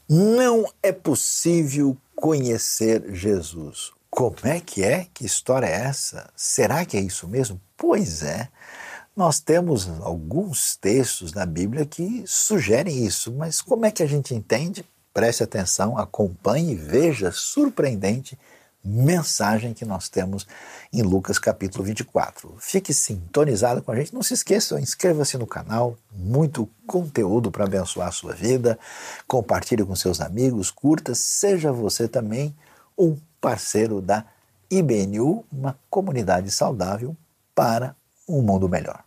Não é possível conhecer Jesus. Como é que é? Que história é essa? Será que é isso mesmo? Pois é, nós temos alguns textos na Bíblia que sugerem isso, mas como é que a gente entende? Preste atenção, acompanhe e veja a surpreendente mensagem que nós temos em Lucas capítulo 24. Fique sintonizado com a gente, não se esqueça, inscreva-se no canal, muito conteúdo para abençoar a sua vida, compartilhe com seus amigos, curta, seja você também um parceiro da IBNU, uma comunidade saudável para um mundo melhor.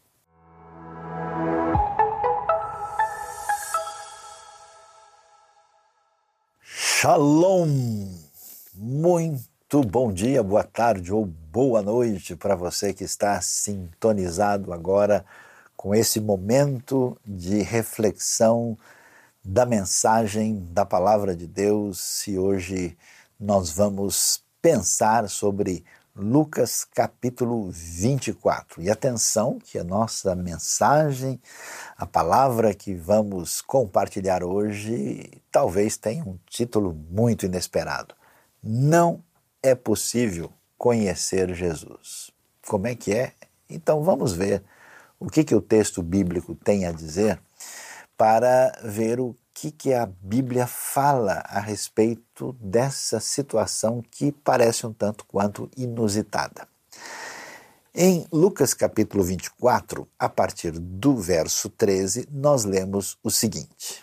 Shalom! Muito bom dia, boa tarde ou boa noite para você que está sintonizado agora com esse momento de reflexão da mensagem da Palavra de Deus. E hoje nós vamos pensar sobre Lucas capítulo 24. E atenção que a nossa mensagem, a palavra que vamos compartilhar hoje, talvez tenha um título muito inesperado. Não é possível conhecer Jesus. Como é que é? Então vamos ver o que o texto bíblico tem a dizer para ver o que a Bíblia fala a respeito dessa situação que parece um tanto quanto inusitada. Em Lucas capítulo 24, a partir do verso 13, nós lemos o seguinte: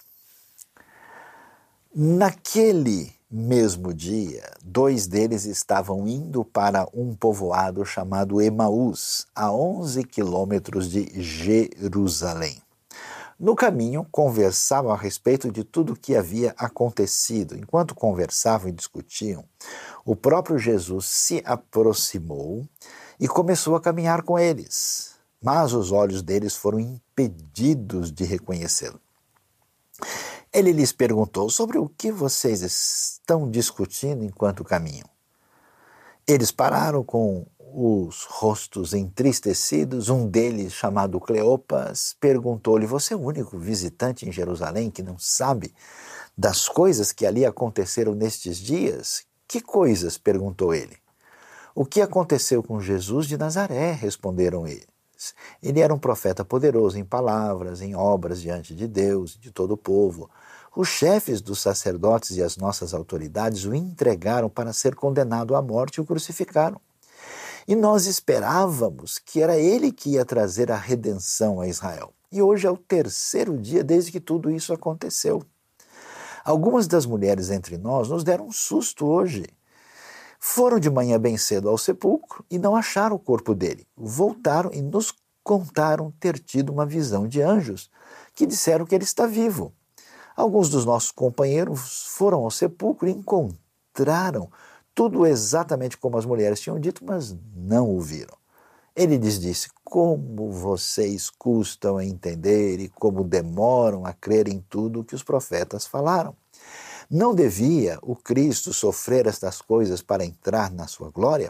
Naquele mesmo dia, 2 deles estavam indo para um povoado chamado Emaús, a 11 quilômetros de Jerusalém. No caminho, conversavam a respeito de tudo o que havia acontecido. Enquanto conversavam e discutiam, o próprio Jesus se aproximou e começou a caminhar com eles. Mas os olhos deles foram impedidos de reconhecê-lo. Ele lhes perguntou: sobre o que vocês estão discutindo enquanto caminham? Eles pararam com os rostos entristecidos. Um deles, chamado Cleopas, perguntou-lhe: você é o único visitante em Jerusalém que não sabe das coisas que ali aconteceram nestes dias? Que coisas? Perguntou ele. O que aconteceu com Jesus de Nazaré? Responderam eles. Ele era um profeta poderoso em palavras, em obras diante de Deus e de todo o povo. Os chefes dos sacerdotes e as nossas autoridades o entregaram para ser condenado à morte e o crucificaram. E nós esperávamos que era ele que ia trazer a redenção a Israel. E hoje é o 3º dia desde que tudo isso aconteceu. Algumas das mulheres entre nós nos deram um susto hoje. Foram de manhã bem cedo ao sepulcro e não acharam o corpo dele. Voltaram e nos contaram ter tido uma visão de anjos que disseram que ele está vivo. Alguns dos nossos companheiros foram ao sepulcro e encontraram tudo exatamente como as mulheres tinham dito, mas não o viram. Ele lhes disse: como vocês custam a entender e como demoram a crer em tudo o que os profetas falaram. Não devia o Cristo sofrer estas coisas para entrar na sua glória?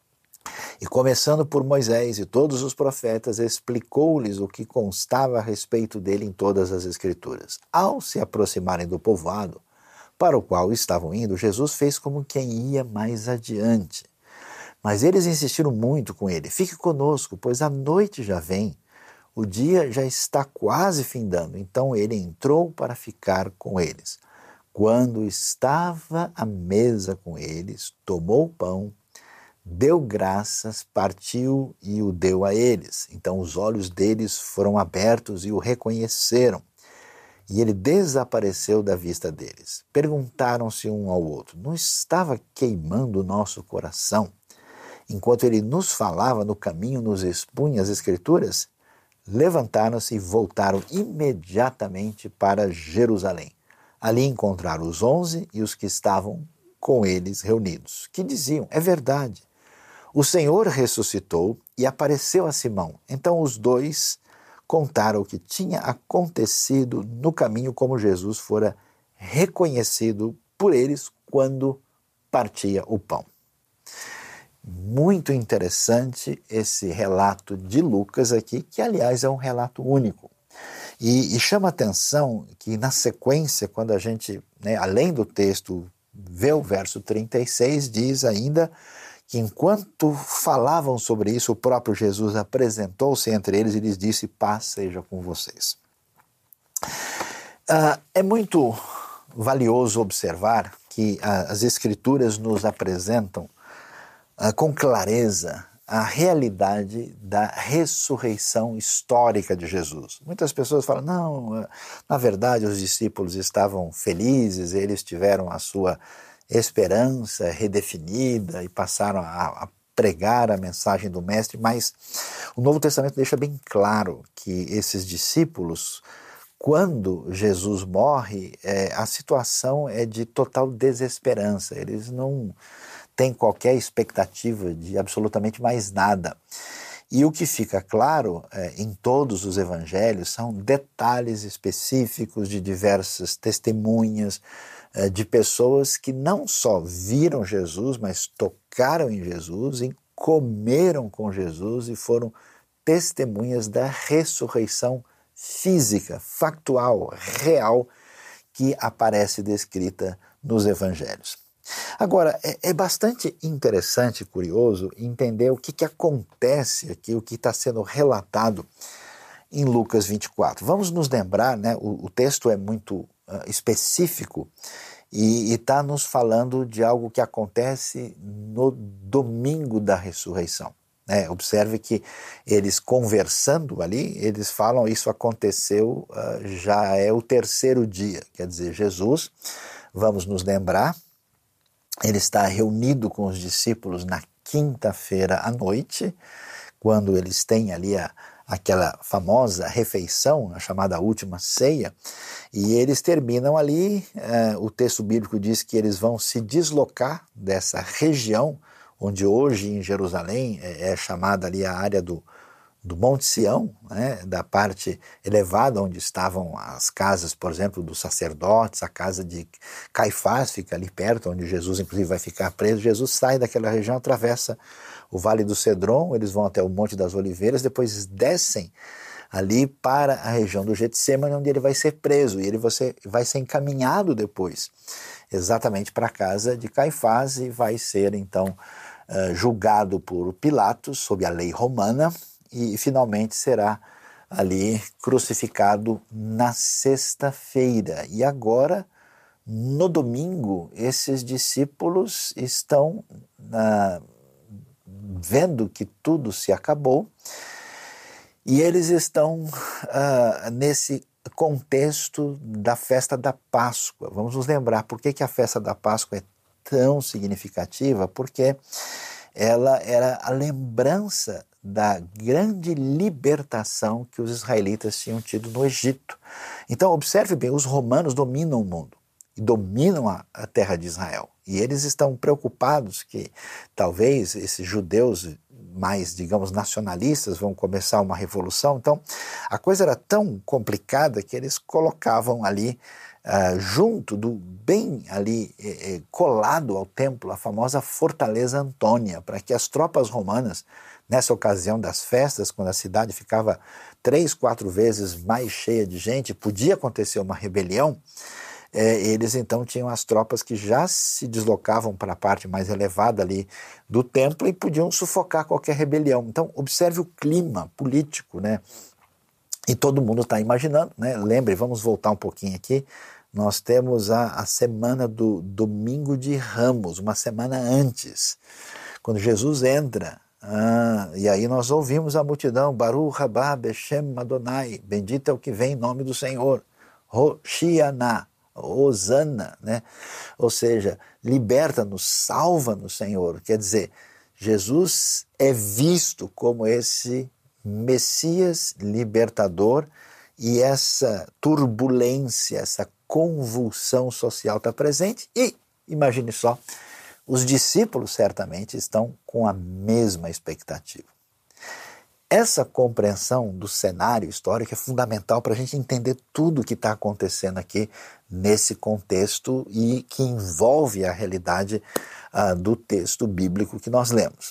E começando por Moisés e todos os profetas, explicou-lhes o que constava a respeito dele em todas as Escrituras. Ao se aproximarem do povoado para o qual estavam indo, Jesus fez como quem ia mais adiante. Mas eles insistiram muito com ele: fique conosco, pois a noite já vem, o dia já está quase findando. Então ele entrou para ficar com eles. Quando estava à mesa com eles, tomou o pão, deu graças, partiu e o deu a eles. Então os olhos deles foram abertos e o reconheceram. E ele desapareceu da vista deles. Perguntaram-se um ao outro: não estava queimando o nosso coração enquanto ele nos falava no caminho, nos expunha as Escrituras? Levantaram-se e voltaram imediatamente para Jerusalém. Ali encontraram os 11 e os que estavam com eles reunidos, que diziam: é verdade, o Senhor ressuscitou e apareceu a Simão. Então os 2 contaram o que tinha acontecido no caminho, como Jesus fora reconhecido por eles quando partia o pão. Muito interessante esse relato de Lucas aqui, que aliás é um relato único. E chama atenção que na sequência, quando a gente né, além do texto, vê o verso 36, diz ainda que enquanto falavam sobre isso, o próprio Jesus apresentou-se entre eles e lhes disse: paz seja com vocês. É muito valioso observar que as Escrituras nos apresentam com clareza a realidade da ressurreição histórica de Jesus. Muitas pessoas falam, não, na verdade os discípulos estavam felizes, eles tiveram a sua esperança redefinida e passaram a pregar a mensagem do Mestre, mas o Novo Testamento deixa bem claro que esses discípulos, quando Jesus morre, a situação é de total desesperança, eles não têm qualquer expectativa de absolutamente mais nada. E o que fica claro em todos os evangelhos são detalhes específicos de diversas testemunhas, de pessoas que não só viram Jesus, mas tocaram em Jesus, e comeram com Jesus e foram testemunhas da ressurreição física, factual, real, que aparece descrita nos evangelhos. Agora, é bastante interessante e curioso entender o que acontece aqui, o que está sendo relatado em Lucas 24. Vamos nos lembrar, né, o texto é muito específico e está nos falando de algo que acontece no domingo da ressurreição. Observe que eles conversando ali, eles falam isso aconteceu, já é o terceiro dia, quer dizer, Jesus, vamos nos lembrar, ele está reunido com os discípulos na quinta-feira à noite, quando eles têm ali aquela famosa refeição, a chamada última ceia, e eles terminam ali, o texto bíblico diz que eles vão se deslocar dessa região, onde hoje em Jerusalém é chamada ali a área do Monte Sião, né, da parte elevada onde estavam as casas, por exemplo, dos sacerdotes, a casa de Caifás fica ali perto, onde Jesus inclusive vai ficar preso. Jesus sai daquela região, atravessa o Vale do Cedron, eles vão até o Monte das Oliveiras, depois descem ali para a região do Getsêmani, onde ele vai ser preso, e ele vai ser encaminhado depois, exatamente para a casa de Caifás, e vai ser então julgado por Pilatos, sob a lei romana, e finalmente será ali crucificado na sexta-feira. E agora, no domingo, esses discípulos estão vendo que tudo se acabou e eles estão nesse contexto da festa da Páscoa. Vamos nos lembrar por que a festa da Páscoa é tão significativa, porque ela era a lembrança da grande libertação que os israelitas tinham tido no Egito. Então, observe bem, os romanos dominam o mundo e dominam a terra de Israel. E eles estão preocupados que talvez esses judeus mais, digamos, nacionalistas vão começar uma revolução. Então, a coisa era tão complicada que eles colocavam ali, junto bem ali colado ao templo, a famosa Fortaleza Antônia, para que as tropas romanas, nessa ocasião das festas, quando a cidade ficava 3, 4 vezes mais cheia de gente, podia acontecer uma rebelião, eles então tinham as tropas que já se deslocavam para a parte mais elevada ali do templo e podiam sufocar qualquer rebelião. Então, observe o clima político, né? E todo mundo está imaginando, né? Lembre, vamos voltar um pouquinho aqui, nós temos a semana do Domingo de Ramos, uma semana antes, quando Jesus entra, e aí nós ouvimos a multidão, Baruch Rabá Beshem Adonai, bendito é o que vem em nome do Senhor, Hoshiana, Hosana, né? Ou seja, liberta-nos, salva-nos, Senhor. Quer dizer, Jesus é visto como esse Messias libertador, e essa turbulência, essa convulsão social está presente, e imagine só, os discípulos certamente estão com a mesma expectativa. Essa compreensão do cenário histórico é fundamental para a gente entender tudo o que está acontecendo aqui nesse contexto e que envolve a realidade do texto bíblico que nós lemos.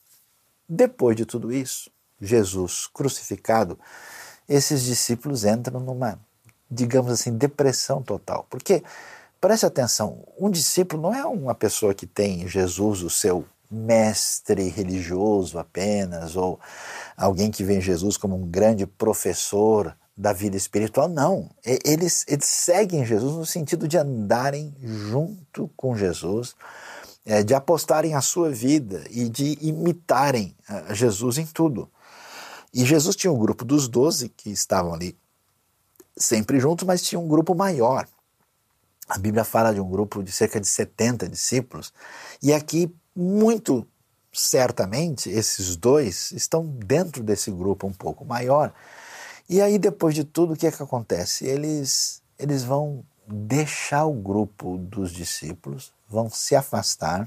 Depois de tudo isso, Jesus crucificado, esses discípulos entram numa, digamos assim, depressão total. Porque Preste atenção, um discípulo não é uma pessoa que tem Jesus, o seu mestre religioso apenas, ou alguém que vê Jesus como um grande professor da vida espiritual. Não, eles seguem Jesus no sentido de andarem junto com Jesus, de apostarem a sua vida e de imitarem Jesus em tudo. E Jesus tinha um grupo dos 12 que estavam ali sempre juntos, mas tinha um grupo maior. A Bíblia fala de um grupo de cerca de 70 discípulos, e aqui, muito certamente, esses dois estão dentro desse grupo um pouco maior. E aí, depois de tudo, o que é que acontece? Eles vão deixar o grupo dos discípulos, vão se afastar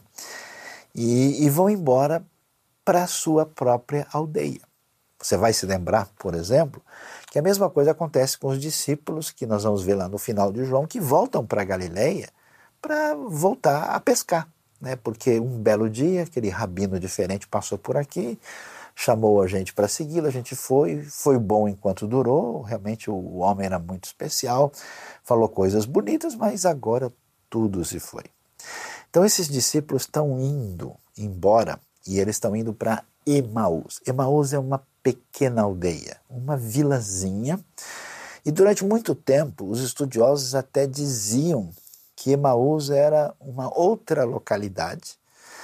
e vão embora para a sua própria aldeia. Você vai se lembrar, por exemplo, que a mesma coisa acontece com os discípulos, que nós vamos ver lá no final de João, que voltam para Galileia para voltar a pescar, né? Porque um belo dia, aquele rabino diferente passou por aqui, chamou a gente para segui-lo, a gente foi bom enquanto durou, realmente o homem era muito especial, falou coisas bonitas, mas agora tudo se foi. Então esses discípulos estão indo embora, e eles estão indo para Emaús. Emaús é uma pequena aldeia, uma vilazinha, e durante muito tempo os estudiosos até diziam que Emaús era uma outra localidade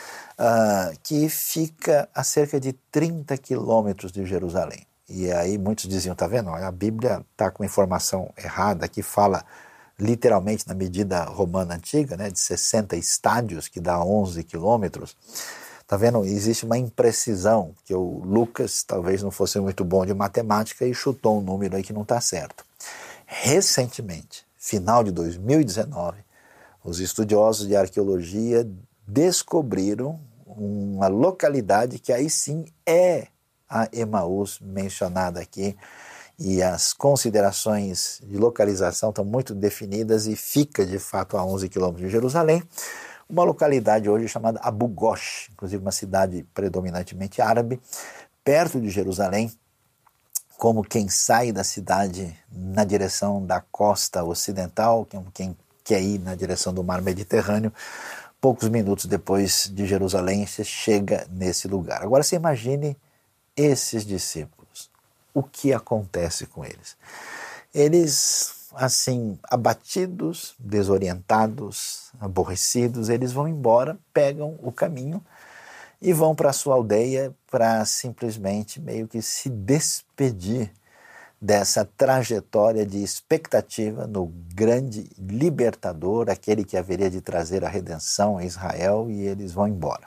que fica a cerca de 30 quilômetros de Jerusalém. E aí muitos diziam, tá vendo, a Bíblia está com informação errada, que fala literalmente na medida romana antiga, né, de 60 estádios, que dá 11 quilômetros. Tá vendo? Existe uma imprecisão, que o Lucas talvez não fosse muito bom de matemática e chutou um número aí que não está certo. Recentemente, final de 2019, os estudiosos de arqueologia descobriram uma localidade que aí sim é a Emaús mencionada aqui, e as considerações de localização estão muito definidas e fica de fato a 11 quilômetros de Jerusalém. Uma localidade hoje chamada Abu Ghosh, inclusive uma cidade predominantemente árabe, perto de Jerusalém, como quem sai da cidade na direção da costa ocidental, quem quer ir na direção do mar Mediterrâneo, poucos minutos depois de Jerusalém você chega nesse lugar. Agora você imagine esses discípulos, o que acontece com eles? Eles, assim, abatidos, desorientados, aborrecidos, eles vão embora, pegam o caminho e vão para a sua aldeia para simplesmente meio que se despedir dessa trajetória de expectativa no grande libertador, aquele que haveria de trazer a redenção a Israel, e eles vão embora.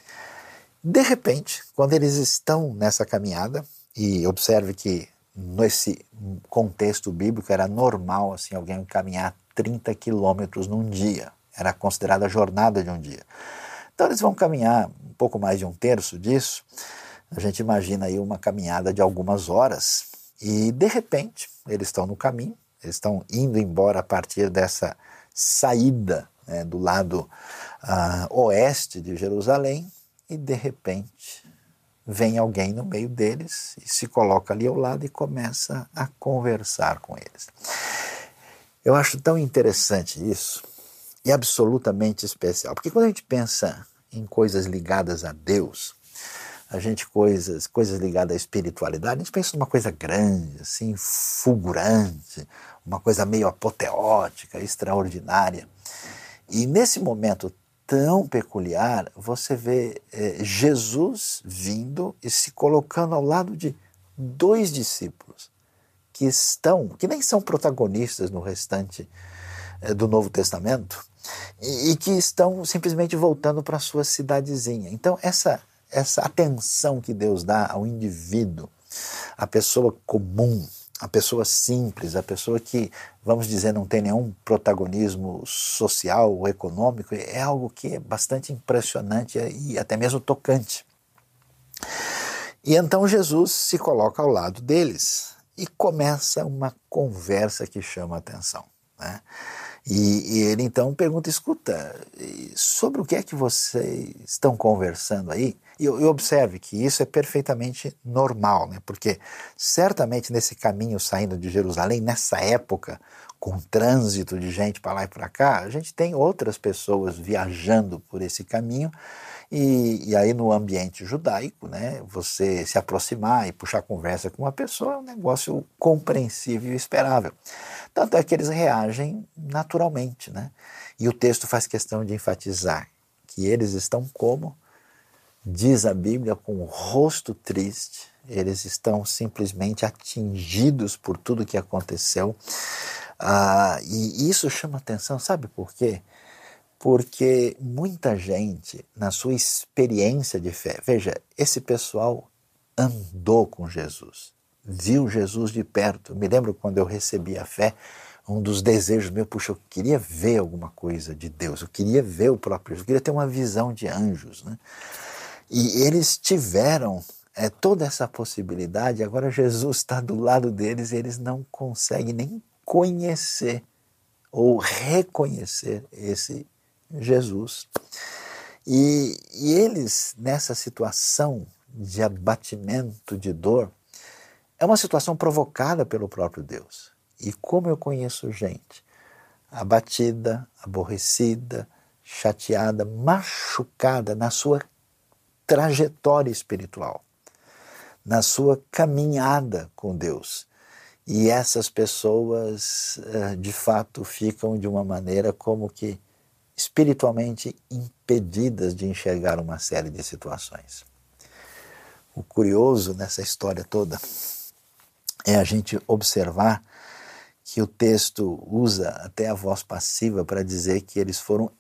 De repente, quando eles estão nessa caminhada, e observe que nesse contexto bíblico era normal assim, alguém caminhar 30 quilômetros num dia, era considerada a jornada de um dia. Então eles vão caminhar um pouco mais de um terço disso, a gente imagina aí uma caminhada de algumas horas, e de repente eles estão no caminho, eles estão indo embora a partir dessa saída, né, do lado oeste de Jerusalém, e de repente vem alguém no meio deles e se coloca ali ao lado e começa a conversar com eles. Eu acho tão interessante isso e absolutamente especial, porque quando a gente pensa em coisas ligadas a Deus, coisas ligadas à espiritualidade, a gente pensa numa coisa grande, assim, fulgurante, uma coisa meio apoteótica, extraordinária. E nesse momento tão peculiar, você vê Jesus vindo e se colocando ao lado de dois discípulos que nem são protagonistas no restante do Novo Testamento e que estão simplesmente voltando para a sua cidadezinha. Então essa atenção que Deus dá ao indivíduo, à pessoa comum, a pessoa simples, a pessoa que, vamos dizer, não tem nenhum protagonismo social ou econômico, é algo que é bastante impressionante e até mesmo tocante. E então Jesus se coloca ao lado deles e começa uma conversa que chama a atenção, né? E ele então pergunta, escuta, sobre o que é que vocês estão conversando aí? E observe que isso é perfeitamente normal, né? Porque certamente nesse caminho saindo de Jerusalém, nessa época, com trânsito de gente para lá e para cá, a gente tem outras pessoas viajando por esse caminho, e aí no ambiente judaico, né, você se aproximar e puxar conversa com uma pessoa é um negócio compreensível e esperável. Tanto é que eles reagem naturalmente, né? E o texto faz questão de enfatizar que eles estão como? Diz a Bíblia, com o rosto triste, eles estão simplesmente atingidos por tudo que aconteceu. E isso chama atenção, sabe por quê? Porque muita gente, na sua experiência de fé, veja, esse pessoal andou com Jesus, viu Jesus de perto. Me lembro quando eu recebi a fé, um dos desejos meus, puxa, eu queria ver alguma coisa de Deus, eu queria ver o próprio Jesus, eu queria ter uma visão de anjos, né? E eles tiveram toda essa possibilidade, agora Jesus está do lado deles e eles não conseguem nem conhecer ou reconhecer esse Jesus. E eles, nessa situação de abatimento, de dor, é uma situação provocada pelo próprio Deus. E como eu conheço gente abatida, aborrecida, chateada, machucada na sua trajetória espiritual, na sua caminhada com Deus. E essas pessoas, de fato, ficam de uma maneira como que espiritualmente impedidas de enxergar uma série de situações. O curioso nessa história toda é a gente observar que o texto usa até a voz passiva para dizer que eles foram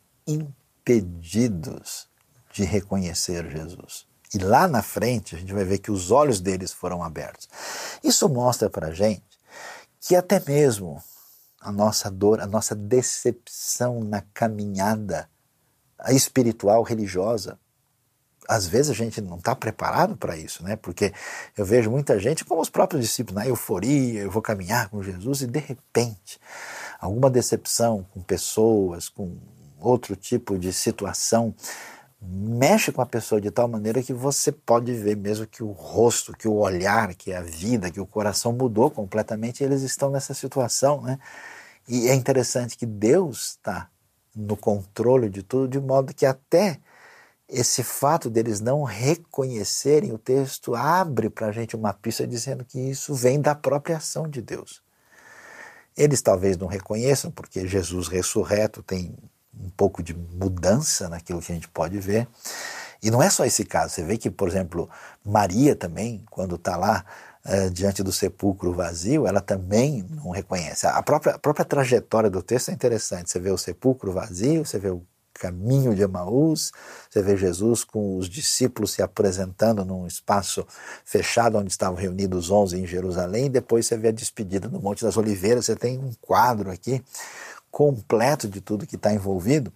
impedidos de reconhecer Jesus. E lá na frente a gente vai ver que os olhos deles foram abertos. Isso mostra para a gente que até mesmo a nossa dor, a nossa decepção na caminhada espiritual, religiosa, às vezes a gente não está preparado para isso, né? Porque eu vejo muita gente, como os próprios discípulos, na euforia, eu vou caminhar com Jesus, e de repente, alguma decepção com pessoas, com outro tipo de situação, mexe com a pessoa de tal maneira que você pode ver mesmo que o rosto, que o olhar, que a vida, que o coração mudou completamente, e eles estão nessa situação, né? E é interessante que Deus está no controle de tudo, de modo que até esse fato deles não reconhecerem, o texto abre para a gente uma pista dizendo que isso vem da própria ação de Deus. Eles talvez não reconheçam, porque Jesus ressurreto tem um pouco de mudança naquilo que a gente pode ver. E não é só esse caso, você vê que, por exemplo, Maria também, quando está lá diante do sepulcro vazio, ela também não reconhece. A própria trajetória do texto é interessante, você vê o sepulcro vazio, você vê o caminho de Emaús, você vê Jesus com os discípulos se apresentando num espaço fechado onde estavam reunidos os 11 em Jerusalém, e depois você vê a despedida no Monte das Oliveiras, você tem um quadro aqui completo de tudo que está envolvido.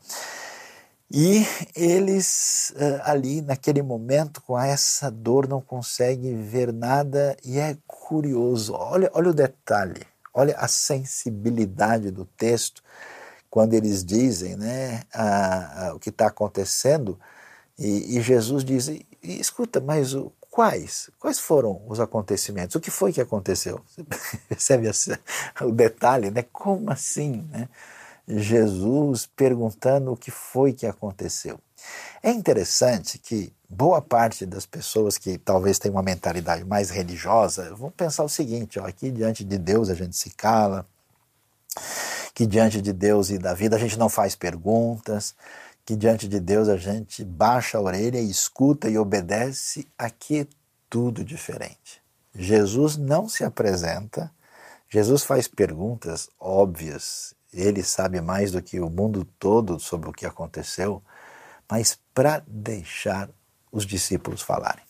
E eles ali naquele momento com essa dor não conseguem ver nada, e é curioso, olha o detalhe, olha a sensibilidade do texto quando eles dizem, né, o que está acontecendo, e Jesus diz, escuta, mas quais foram os acontecimentos? O que foi que aconteceu? Você percebe o detalhe, né? Como assim, né? Jesus perguntando o que foi que aconteceu. É interessante que boa parte das pessoas que talvez tenham uma mentalidade mais religiosa vão pensar o seguinte, ó, aqui diante de Deus a gente se cala, que diante de Deus e da vida a gente não faz perguntas, que diante de Deus a gente baixa a orelha e escuta e obedece. Aqui é tudo diferente. Jesus não se apresenta, Jesus faz perguntas óbvias, ele sabe mais do que o mundo todo sobre o que aconteceu, mas para deixar os discípulos falarem.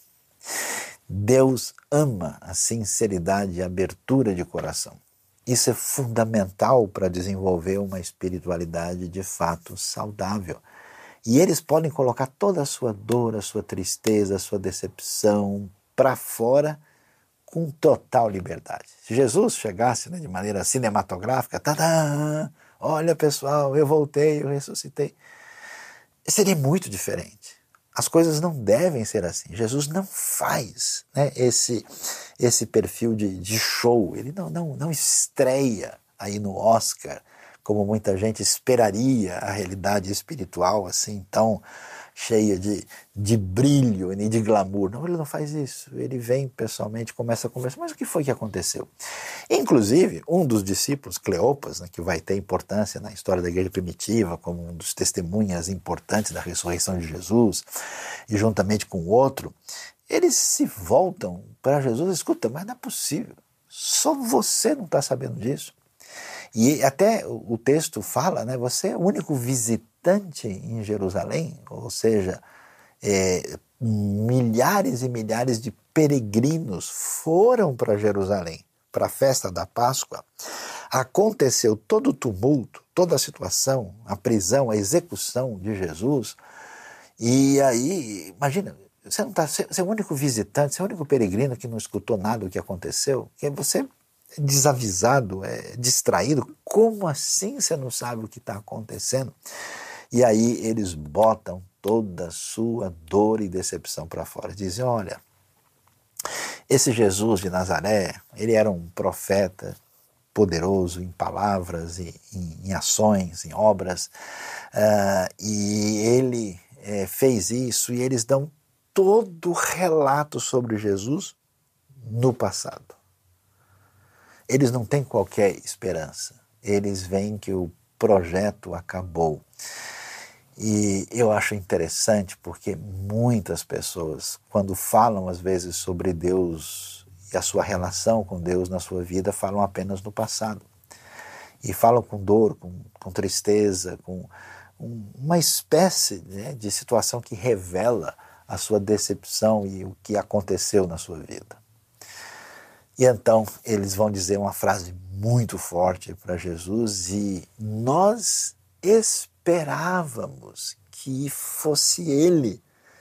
Deus ama a sinceridade e a abertura de coração. Isso é fundamental para desenvolver uma espiritualidade de fato saudável. E eles podem colocar toda a sua dor, a sua tristeza, a sua decepção para fora com total liberdade. Se Jesus chegasse, né, de maneira cinematográfica, tadã, olha pessoal, eu voltei, eu ressuscitei, seria muito diferente. As coisas não devem ser assim. Jesus não faz, né, esse perfil de show, ele não estreia aí no Oscar, como muita gente esperaria a realidade espiritual assim tão cheia de brilho e de glamour. Não, ele não faz isso. Ele vem pessoalmente, começa a conversar. Mas o que foi que aconteceu? Inclusive, um dos discípulos, Cleopas, né, que vai ter importância na história da igreja primitiva, como um dos testemunhas importantes da ressurreição de Jesus, e juntamente com o outro, eles se voltam para Jesus e escuta, mas não é possível. Só você não está sabendo disso. E até o texto fala, né, você é o único visitante em Jerusalém, ou seja, milhares e milhares de peregrinos foram para Jerusalém, para a festa da Páscoa. Aconteceu todo o tumulto, toda a situação, a prisão, a execução de Jesus, e aí, imagina, você não tá, você é o único visitante, você é o único peregrino que não escutou nada do que aconteceu, que você desavisado, distraído, como assim você não sabe o que está acontecendo? E aí eles botam toda a sua dor e decepção para fora, dizem, olha, esse Jesus de Nazaré, ele era um profeta poderoso em palavras, em ações, em obras, e ele fez isso, e eles dão todo o relato sobre Jesus no passado. Eles não têm qualquer esperança. Eles veem que o projeto acabou. E eu acho interessante porque muitas pessoas, quando falam às vezes sobre Deus e a sua relação com Deus na sua vida, falam apenas no passado. E falam com dor, com tristeza, com uma espécie, né, de situação que revela a sua decepção e o que aconteceu na sua vida. E então eles vão dizer uma frase muito forte para Jesus, e nós esperávamos que fosse ele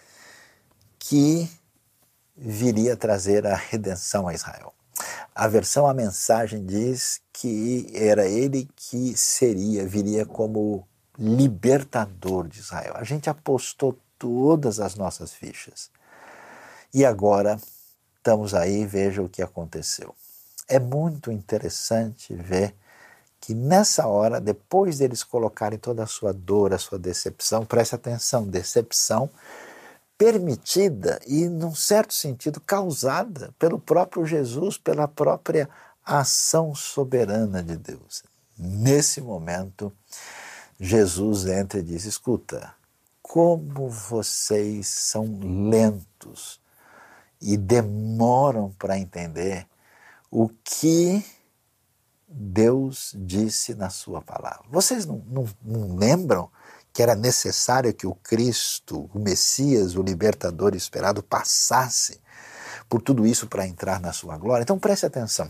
que viria trazer a redenção a Israel. A versão A Mensagem diz que era ele que viria como libertador de Israel. A gente apostou todas as nossas fichas. E agora estamos aí, veja o que aconteceu. É muito interessante ver que nessa hora, depois deles colocarem toda a sua dor, a sua decepção, preste atenção, decepção permitida e, num certo sentido, causada pelo próprio Jesus, pela própria ação soberana de Deus. Nesse momento, Jesus entra e diz, escuta, como vocês são lentos e demoram para entender o que Deus disse na sua palavra. Vocês não lembram que era necessário que o Cristo, o Messias, o libertador esperado, passasse por tudo isso para entrar na sua glória? Então preste atenção.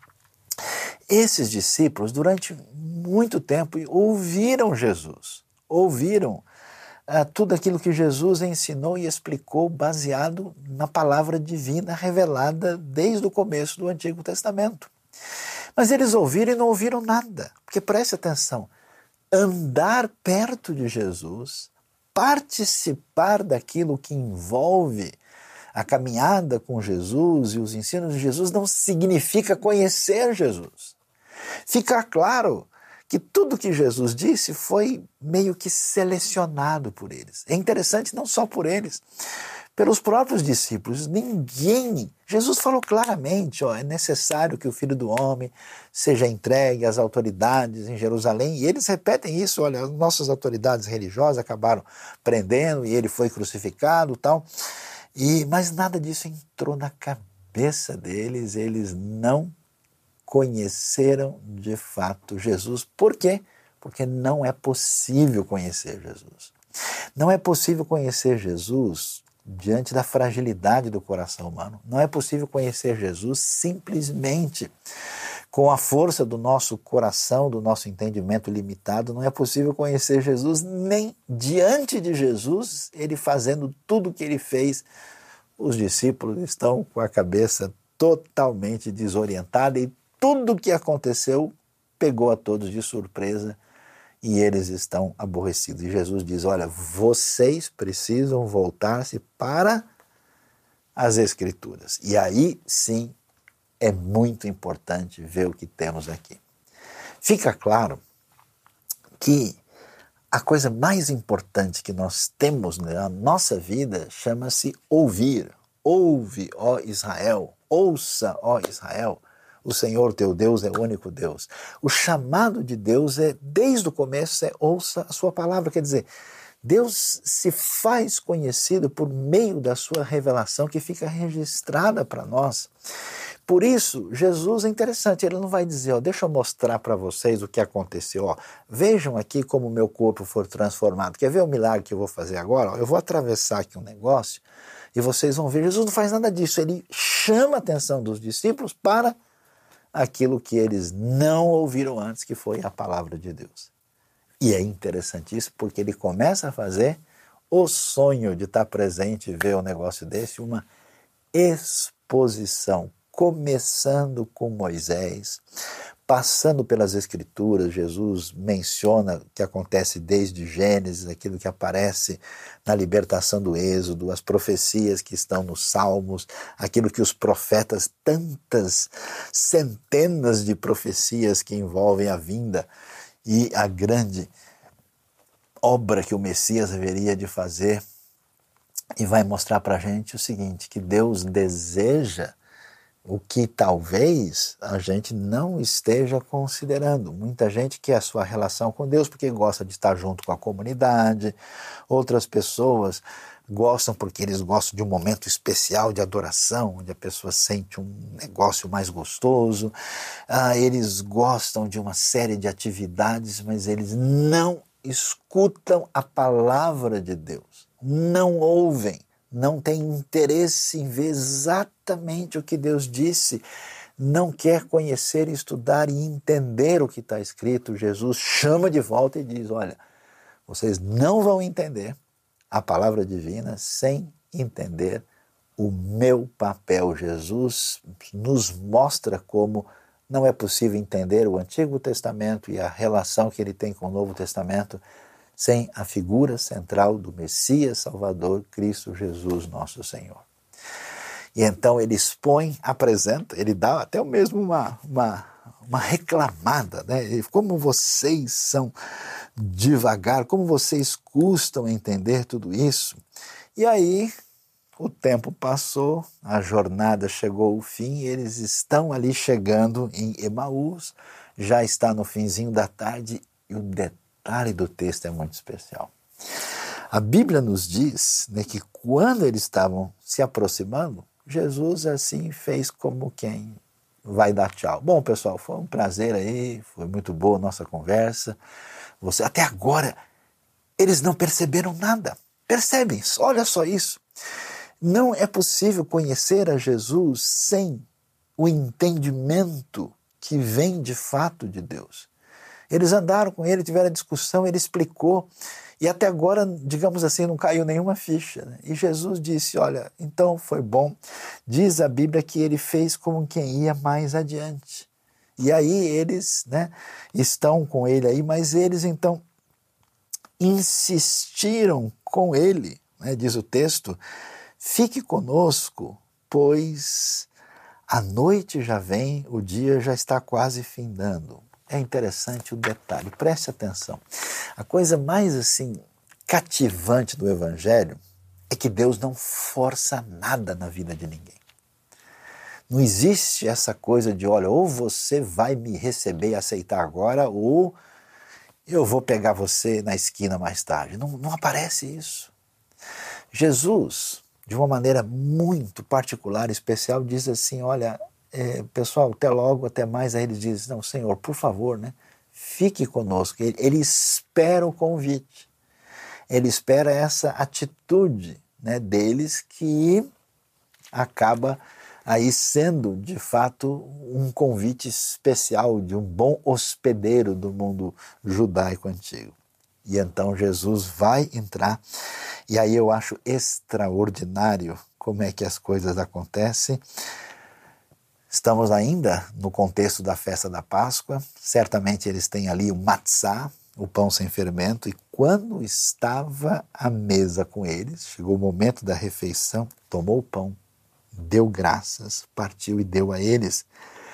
Esses discípulos, durante muito tempo, ouviram Jesus, ouviram tudo aquilo que Jesus ensinou e explicou baseado na palavra divina revelada desde o começo do Antigo Testamento. Mas eles ouviram e não ouviram nada, porque preste atenção, andar perto de Jesus, participar daquilo que envolve a caminhada com Jesus e os ensinos de Jesus não significa conhecer Jesus. Fica claro que tudo que Jesus disse foi meio que selecionado por eles. É interessante não só por eles, pelos próprios discípulos. Jesus falou claramente, é necessário que o Filho do Homem seja entregue às autoridades em Jerusalém, e eles repetem isso, olha, as nossas autoridades religiosas acabaram prendendo e ele foi crucificado e tal, mas nada disso entrou na cabeça deles, eles não conheceram de fato Jesus. Por quê? Porque não é possível conhecer Jesus. Não é possível conhecer Jesus diante da fragilidade do coração humano. Não é possível conhecer Jesus simplesmente com a força do nosso coração, do nosso entendimento limitado. Não é possível conhecer Jesus nem diante de Jesus, ele fazendo tudo o que ele fez. Os discípulos estão com a cabeça totalmente desorientada e tudo o que aconteceu pegou a todos de surpresa e eles estão aborrecidos. E Jesus diz, olha, vocês precisam voltar-se para as Escrituras. E aí sim é muito importante ver o que temos aqui. fica claro que a coisa mais importante que nós temos na nossa vida chama-se ouvir. Ouve, ó Israel, ouça, ó Israel, o Senhor teu Deus é o único Deus. O chamado de Deus desde o começo, ouça a sua palavra, quer dizer, Deus se faz conhecido por meio da sua revelação que fica registrada para nós. Por isso, Jesus é interessante, ele não vai dizer, ó, deixa eu mostrar para vocês o que aconteceu, ó, vejam aqui como o meu corpo foi transformado, quer ver o milagre que eu vou fazer agora? Ó, eu vou atravessar aqui um negócio e vocês vão ver, Jesus não faz nada disso, ele chama a atenção dos discípulos para aquilo que eles não ouviram antes, que foi a palavra de Deus. E é interessante isso, porque ele começa a fazer o sonho de estar presente e ver um negócio desse, uma exposição, começando com Moisés, passando pelas Escrituras. Jesus menciona o que acontece desde Gênesis, aquilo que aparece na libertação do Êxodo, as profecias que estão nos Salmos, aquilo que os profetas, tantas centenas de profecias que envolvem a vinda e a grande obra que o Messias haveria de fazer, e vai mostrar para a gente o seguinte, que Deus deseja o que talvez a gente não esteja considerando. Muita gente quer a sua relação com Deus porque gosta de estar junto com a comunidade, outras pessoas gostam porque eles gostam de um momento especial de adoração, onde a pessoa sente um negócio mais gostoso, eles gostam de uma série de atividades, mas eles não escutam a palavra de Deus, não ouvem, não tem interesse em ver exatamente o que Deus disse, não quer conhecer, estudar e entender o que está escrito. Jesus chama de volta e diz, olha, vocês não vão entender a palavra divina sem entender o meu papel. Jesus nos mostra como não é possível entender o Antigo Testamento e a relação que ele tem com o Novo Testamento sem a figura central do Messias Salvador, Cristo Jesus, nosso Senhor. E então ele expõe, apresenta, ele dá até mesmo uma reclamada, né? Como vocês são devagar, como vocês custam entender tudo isso. E aí o tempo passou, a jornada chegou ao fim, eles estão ali chegando em Emaús, já está no finzinho da tarde e o detalhe do texto é muito especial. A Bíblia nos diz, né, que quando eles estavam se aproximando, Jesus assim fez como quem vai dar tchau. Bom, pessoal, foi um prazer aí, foi muito boa a nossa conversa. Até agora, eles não perceberam nada. Percebem? Olha só isso. Não é possível conhecer a Jesus sem o entendimento que vem de fato de Deus. Eles andaram com ele, tiveram a discussão, ele explicou, e até agora, digamos assim, não caiu nenhuma ficha, né? E Jesus disse, olha, então foi bom. Diz a Bíblia que ele fez como quem ia mais adiante. E aí eles, né, estão com ele aí, mas eles então insistiram com ele, né, diz o texto, fique conosco, pois a noite já vem, o dia já está quase findando. É interessante o detalhe, preste atenção. A coisa mais assim cativante do Evangelho é que Deus não força nada na vida de ninguém. Não existe essa coisa de, olha, ou você vai me receber e aceitar agora, ou eu vou pegar você na esquina mais tarde. Não aparece isso. Jesus, de uma maneira muito particular, especial, diz assim, olha, pessoal, até logo, até mais. Aí ele diz, não, Senhor, por favor, né, fique conosco. Ele espera o convite, ele espera essa atitude, né, deles que acaba aí sendo, de fato, um convite especial de um bom hospedeiro do mundo judaico antigo. E então Jesus vai entrar, e aí eu acho extraordinário como é que as coisas acontecem. Estamos ainda no contexto da festa da Páscoa, certamente eles têm ali o matzá, o pão sem fermento, e quando estava à mesa com eles, chegou o momento da refeição, tomou o pão, deu graças, partiu e deu a eles.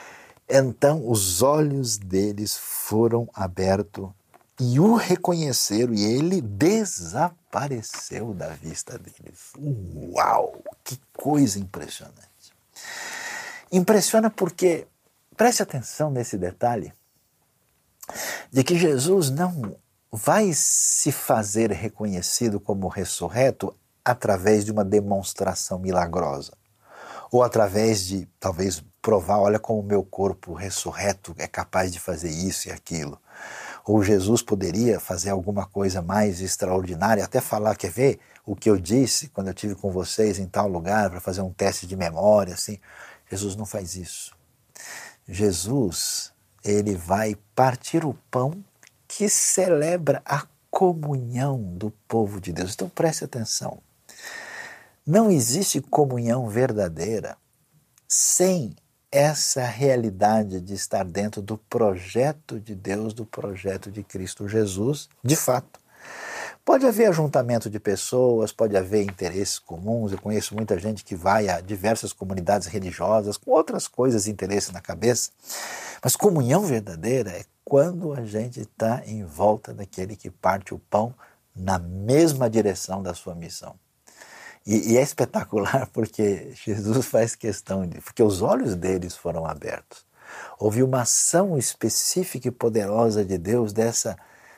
Então os olhos deles foram abertos e o reconheceram, e ele desapareceu da vista deles. Uau! Que coisa impressionante! Impressiona porque, preste atenção nesse detalhe, de que Jesus não vai se fazer reconhecido como ressurreto através de uma demonstração milagrosa, ou através de, talvez, provar, olha como o meu corpo ressurreto é capaz de fazer isso e aquilo. Ou Jesus poderia fazer alguma coisa mais extraordinária, até falar, quer ver o que eu disse quando eu estive com vocês em tal lugar, para fazer um teste de memória, assim. Jesus não faz isso. Jesus, ele vai partir o pão que celebra a comunhão do povo de Deus. Então preste atenção. Não existe comunhão verdadeira sem essa realidade de estar dentro do projeto de Deus, do projeto de Cristo Jesus, de fato. Pode haver ajuntamento de pessoas, pode haver interesses comuns. Eu conheço muita gente que vai a diversas comunidades religiosas com outras coisas, interesses na cabeça. Mas comunhão verdadeira é quando a gente está em volta daquele que parte o pão na mesma direção da sua missão. E é espetacular porque Jesus faz questão de... Porque os olhos deles foram abertos. Houve uma ação específica e poderosa de Deus dessa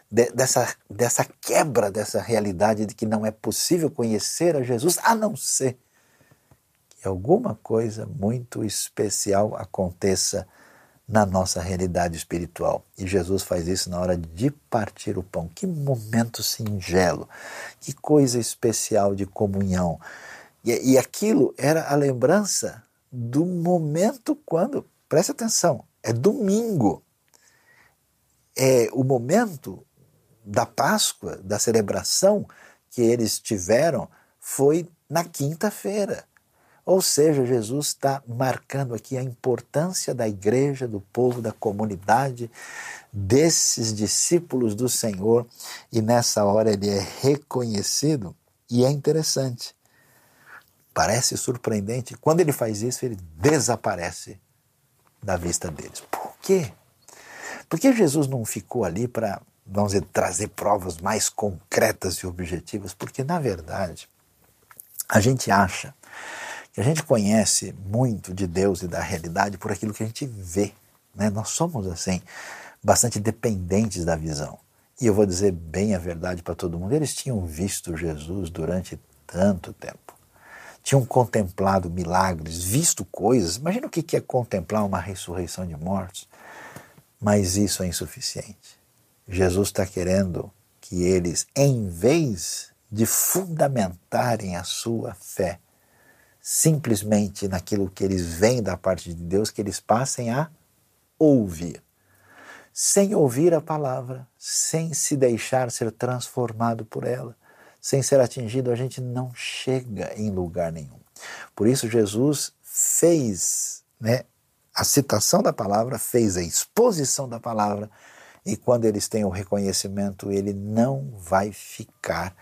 quebra dessa realidade de que não é possível conhecer a Jesus a não ser que alguma coisa muito especial aconteça na nossa realidade espiritual. E Jesus faz isso na hora de partir o pão. Que momento singelo, que coisa especial de comunhão. E aquilo era a lembrança do momento quando, preste atenção, é domingo. É o momento da Páscoa, da celebração que eles tiveram, foi na quinta-feira. Ou seja, Jesus está marcando aqui a importância da igreja, do povo, da comunidade, desses discípulos do Senhor, e nessa hora ele é reconhecido, e é interessante. Parece surpreendente. Quando ele faz isso, ele desaparece da vista deles. Por quê? Porque Jesus não ficou ali para, vamos dizer, trazer provas mais concretas e objetivas, porque, na verdade, a gente acha que a gente conhece muito de Deus e da realidade por aquilo que a gente vê, né? Nós somos, assim, bastante dependentes da visão. E eu vou dizer bem a verdade para todo mundo, eles tinham visto Jesus durante tanto tempo. Tinham contemplado milagres, visto coisas. Imagina o que é contemplar uma ressurreição de mortos. Mas isso é insuficiente. Jesus está querendo que eles, em vez de fundamentarem a sua fé simplesmente naquilo que eles veem da parte de Deus, que eles passem a ouvir. Sem ouvir a palavra, sem se deixar ser transformado por ela, sem ser atingido, a gente não chega em lugar nenhum. Por isso Jesus fez, a citação da palavra, fez a exposição da palavra, e quando eles têm o reconhecimento, ele não vai ficar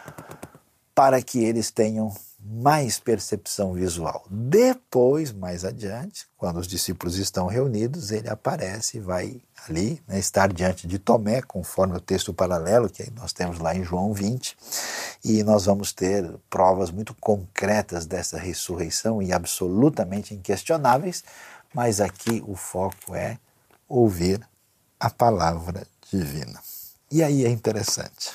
para que eles tenham mais percepção visual. Depois, mais adiante, quando os discípulos estão reunidos, ele aparece e vai ali, estar diante de Tomé, conforme o texto paralelo que nós temos lá em João 20, e nós vamos ter provas muito concretas dessa ressurreição e absolutamente inquestionáveis, mas aqui o foco é ouvir a palavra divina. E aí é interessante.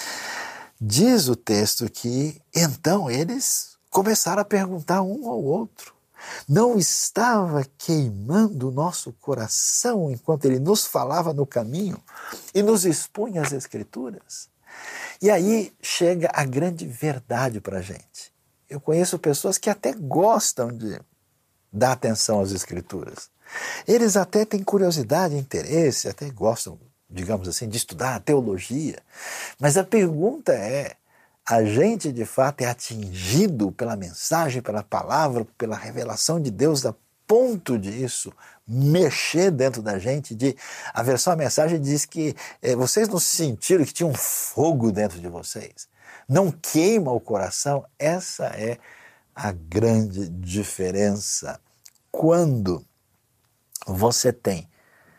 Diz o texto que, então, eles começaram a perguntar um ao outro. Não estava queimando o nosso coração enquanto ele nos falava no caminho e nos expunha as Escrituras? E aí chega a grande verdade para a gente. Eu conheço pessoas que até gostam de dar atenção às Escrituras. Eles até têm curiosidade, interesse, até gostam, digamos assim, de estudar a teologia. Mas a pergunta é, a gente de fato é atingido pela mensagem, pela palavra, pela revelação de Deus a ponto disso mexer dentro da gente? A versão da mensagem diz que vocês não sentiram que tinha um fogo dentro de vocês? Não queima o coração? Essa é a grande diferença. Quando você tem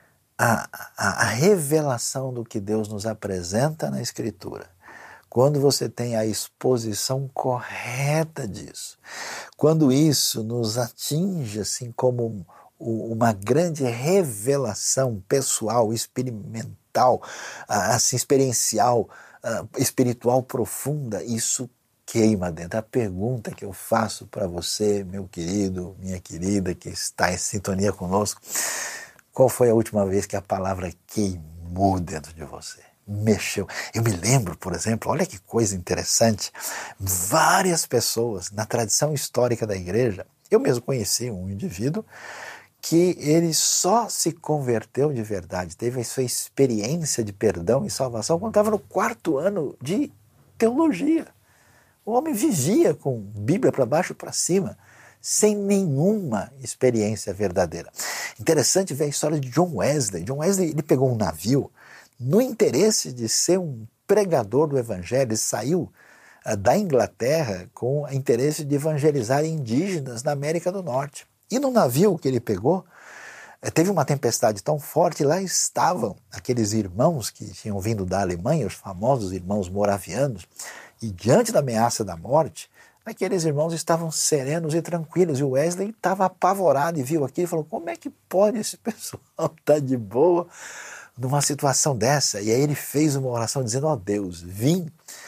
a revelação do que Deus nos apresenta na Escritura, quando você tem a exposição correta disso, quando isso nos atinge assim como uma grande revelação pessoal, experimental, assim, experiencial, espiritual profunda, isso queima dentro. A pergunta que eu faço para você, meu querido, minha querida, que está em sintonia conosco, qual foi a última vez que a palavra queimou dentro de você? Mexeu. Eu me lembro, por exemplo, olha que coisa interessante, várias pessoas na tradição histórica da igreja, eu mesmo conheci um indivíduo que ele só se converteu de verdade, teve a sua experiência de perdão e salvação quando estava no 4º ano de teologia. O homem vivia com Bíblia para baixo e para cima, sem nenhuma experiência verdadeira. Interessante ver a história de John Wesley. John Wesley, ele pegou um navio no interesse de ser um pregador do evangelho, ele saiu da Inglaterra com o interesse de evangelizar indígenas na América do Norte. E no navio que ele pegou, teve uma tempestade tão forte, lá estavam aqueles irmãos que tinham vindo da Alemanha, os famosos irmãos moravianos, e diante da ameaça da morte, aqueles irmãos estavam serenos e tranquilos, e o Wesley estava apavorado e viu aquilo e falou, como é que pode esse pessoal estar de boa numa situação dessa? E aí ele fez uma oração dizendo, ó Deus, vim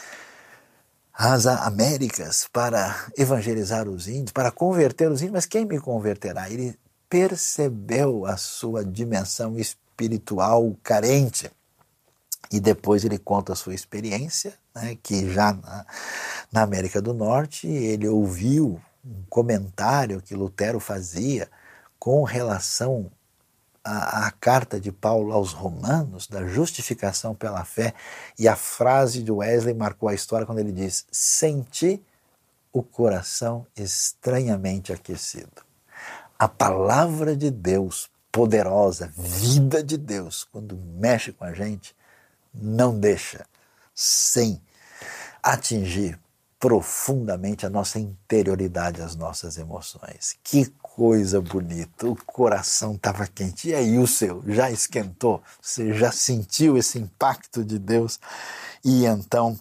às Américas para evangelizar os índios, para converter os índios, mas quem me converterá? Ele percebeu a sua dimensão espiritual carente. E depois ele conta a sua experiência, né, que já na América do Norte ele ouviu um comentário que Lutero fazia com relação à carta de Paulo aos Romanos, da justificação pela fé, e a frase de Wesley marcou a história quando ele diz, senti o coração estranhamente aquecido. A palavra de Deus, poderosa, vida de Deus, quando mexe com a gente, não deixa sem atingir profundamente a nossa interioridade, as nossas emoções. Que coisa bonita, o coração estava quente. E aí o seu, já esquentou? Você já sentiu esse impacto de Deus? E então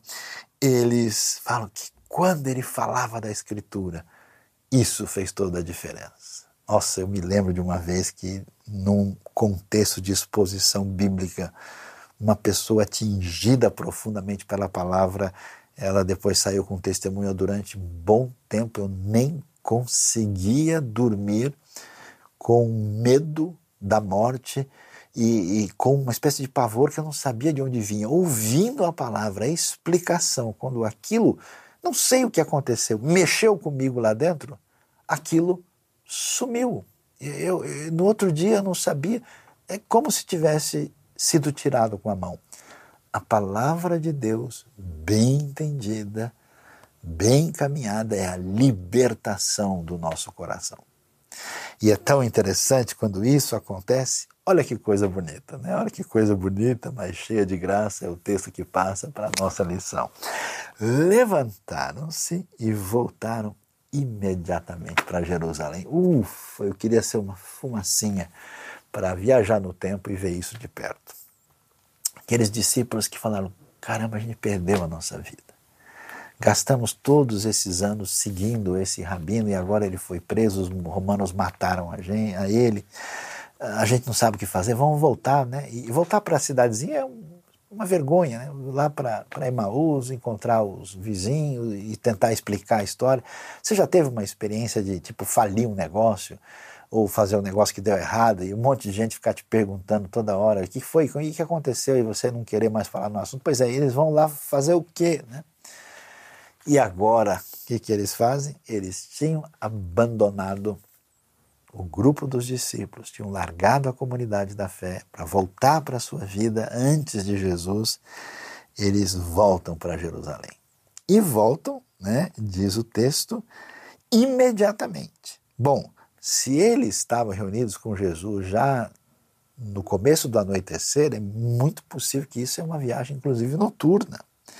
eles falam que quando ele falava da Escritura, isso fez toda a diferença. Nossa, eu me lembro de uma vez que num contexto de exposição bíblica, uma pessoa atingida profundamente pela palavra, ela depois saiu com testemunho durante um bom tempo, eu nem conseguia dormir com medo da morte e com uma espécie de pavor que eu não sabia de onde vinha. Ouvindo a palavra, a explicação, quando aquilo, não sei o que aconteceu, mexeu comigo lá dentro, aquilo sumiu. No outro dia eu não sabia, é como se tivesse sido tirado com a mão. A palavra de Deus, bem entendida, bem encaminhada, é a libertação do nosso coração. E é tão interessante quando isso acontece, olha que coisa bonita, né? Olha que coisa bonita, mas cheia de graça, é o texto que passa para a nossa lição. Levantaram-se e voltaram imediatamente para Jerusalém. Ufa, eu queria ser uma fumacinha para viajar no tempo e ver isso de perto. Aqueles discípulos que falaram, caramba, a gente perdeu a nossa vida. Gastamos todos esses anos seguindo esse rabino e agora ele foi preso, os romanos mataram a ele, a gente não sabe o que fazer, vamos voltar, né? E voltar para a cidadezinha é uma vergonha, né? Lá para Emaús, encontrar os vizinhos e tentar explicar a história. Você já teve uma experiência de, tipo, falir um negócio ou fazer um negócio que deu errado e um monte de gente ficar te perguntando toda hora o que foi, o que aconteceu e você não querer mais falar no assunto? Pois é, eles vão lá fazer o quê, né? E agora, o que eles fazem? Eles tinham abandonado o grupo dos discípulos, tinham largado a comunidade da fé para voltar para a sua vida antes de Jesus. Eles voltam para Jerusalém. E voltam, né, diz o texto, imediatamente. Bom, se eles estavam reunidos com Jesus já no começo do anoitecer, é muito possível que isso é uma viagem, inclusive, noturna.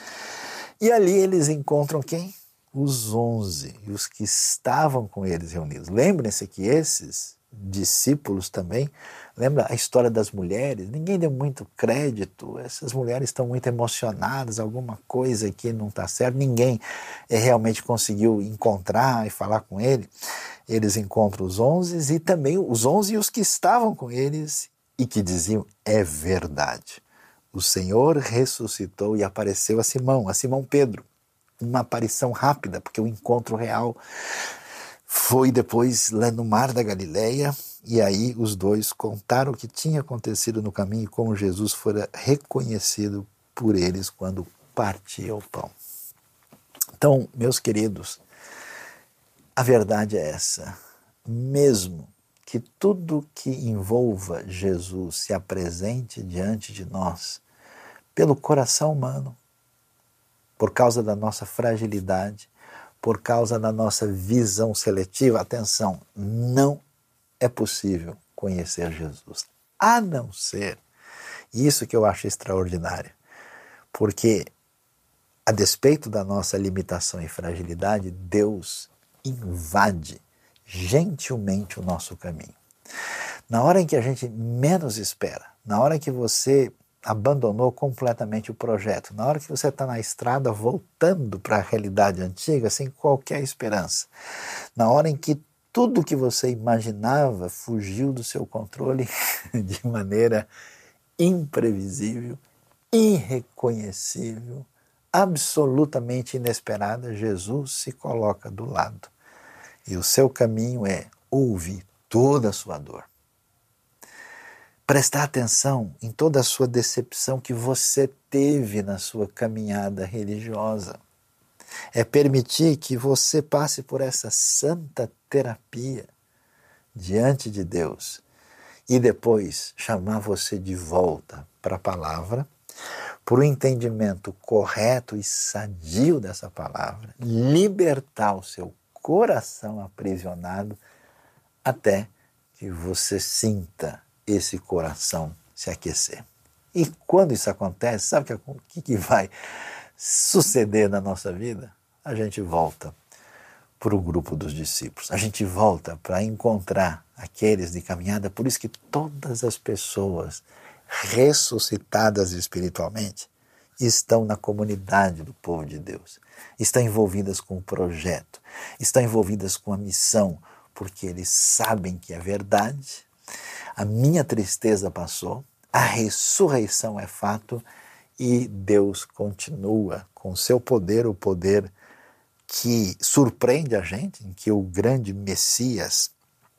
E ali eles encontram quem? Os 11, e os que estavam com eles reunidos. Lembrem-se que esses discípulos também. Lembra a história das mulheres? Ninguém deu muito crédito, essas mulheres estão muito emocionadas, alguma coisa aqui não está certo, ninguém realmente conseguiu encontrar e falar com ele. Eles encontram os 11 e também os 11 e os que estavam com eles e que diziam, é verdade. O Senhor ressuscitou e apareceu a Simão Pedro. Uma aparição rápida, porque o encontro real foi depois lá no Mar da Galileia, e aí os dois contaram o que tinha acontecido no caminho e como Jesus fora reconhecido por eles quando partia o pão. Então, meus queridos, a verdade é essa. Mesmo que tudo que envolva Jesus se apresente diante de nós, pelo coração humano, por causa da nossa fragilidade, por causa da nossa visão seletiva, atenção, não é possível conhecer Jesus, a não ser, isso que eu acho extraordinário, porque a despeito da nossa limitação e fragilidade, Deus invade gentilmente o nosso caminho. Na hora em que a gente menos espera, na hora que você abandonou completamente o projeto, na hora que você está na estrada voltando para a realidade antiga sem qualquer esperança, na hora em que tudo que você imaginava fugiu do seu controle de maneira imprevisível, irreconhecível, absolutamente inesperada, Jesus se coloca do lado. E o seu caminho é ouvir toda a sua dor. Prestar atenção em toda a sua decepção que você teve na sua caminhada religiosa. É permitir que você passe por essa santa terapia diante de Deus e depois chamar você de volta para a palavra, por um entendimento correto e sadio dessa palavra, libertar o seu coração aprisionado até que você sinta esse coração se aquecer. E quando isso acontece, sabe o que vai suceder na nossa vida? A gente volta para o grupo dos discípulos, a gente volta para encontrar aqueles de caminhada. Por isso que todas as pessoas ressuscitadas espiritualmente estão na comunidade do povo de Deus, estão envolvidas com o projeto, estão envolvidas com a missão, porque eles sabem que é verdade. A minha tristeza passou, a ressurreição é fato e Deus continua com seu poder, o poder que surpreende a gente, em que o grande Messias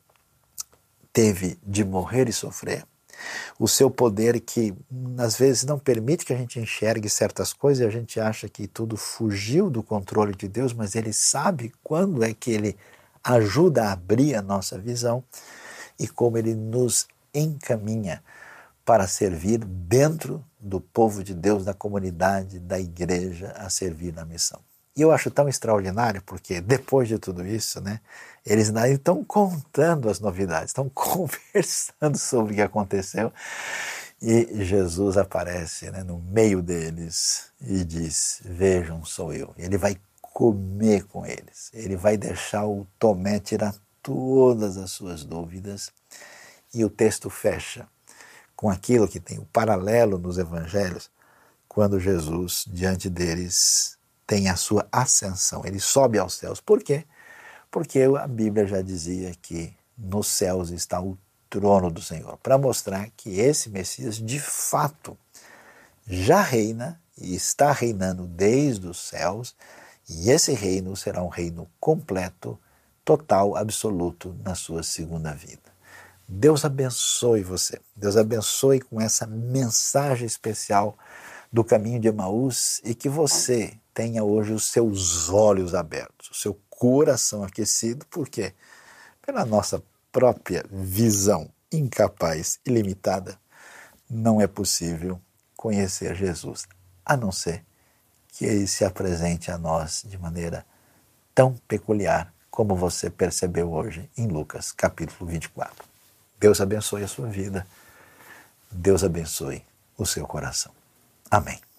teve de morrer e sofrer, o seu poder que às vezes não permite que a gente enxergue certas coisas e a gente acha que tudo fugiu do controle de Deus, mas Ele sabe quando é que Ele ajuda a abrir a nossa visão e como Ele nos encaminha para servir dentro do povo de Deus, da comunidade, da igreja, a servir na missão. E eu acho tão extraordinário porque depois de tudo isso, eles estão contando as novidades, estão conversando sobre o que aconteceu e Jesus aparece no meio deles e diz, vejam, sou eu. E ele vai comer com eles, ele vai deixar o Tomé tirar todas as suas dúvidas e o texto fecha com aquilo que tem o paralelo nos evangelhos, quando Jesus, diante deles, tem a sua ascensão, ele sobe aos céus. Por quê? Porque a Bíblia já dizia que nos céus está o trono do Senhor, para mostrar que esse Messias, de fato, já reina e está reinando desde os céus, e esse reino será um reino completo, total, absoluto na sua segunda vida. Deus abençoe você, Deus abençoe com essa mensagem especial do caminho de Emaús e que você tenha hoje os seus olhos abertos, o seu coração aquecido, por quê? Pela nossa própria visão incapaz e limitada, não é possível conhecer Jesus, a não ser que Ele se apresente a nós de maneira tão peculiar como você percebeu hoje em Lucas, capítulo 24. Deus abençoe a sua vida, Deus abençoe o seu coração. Amém.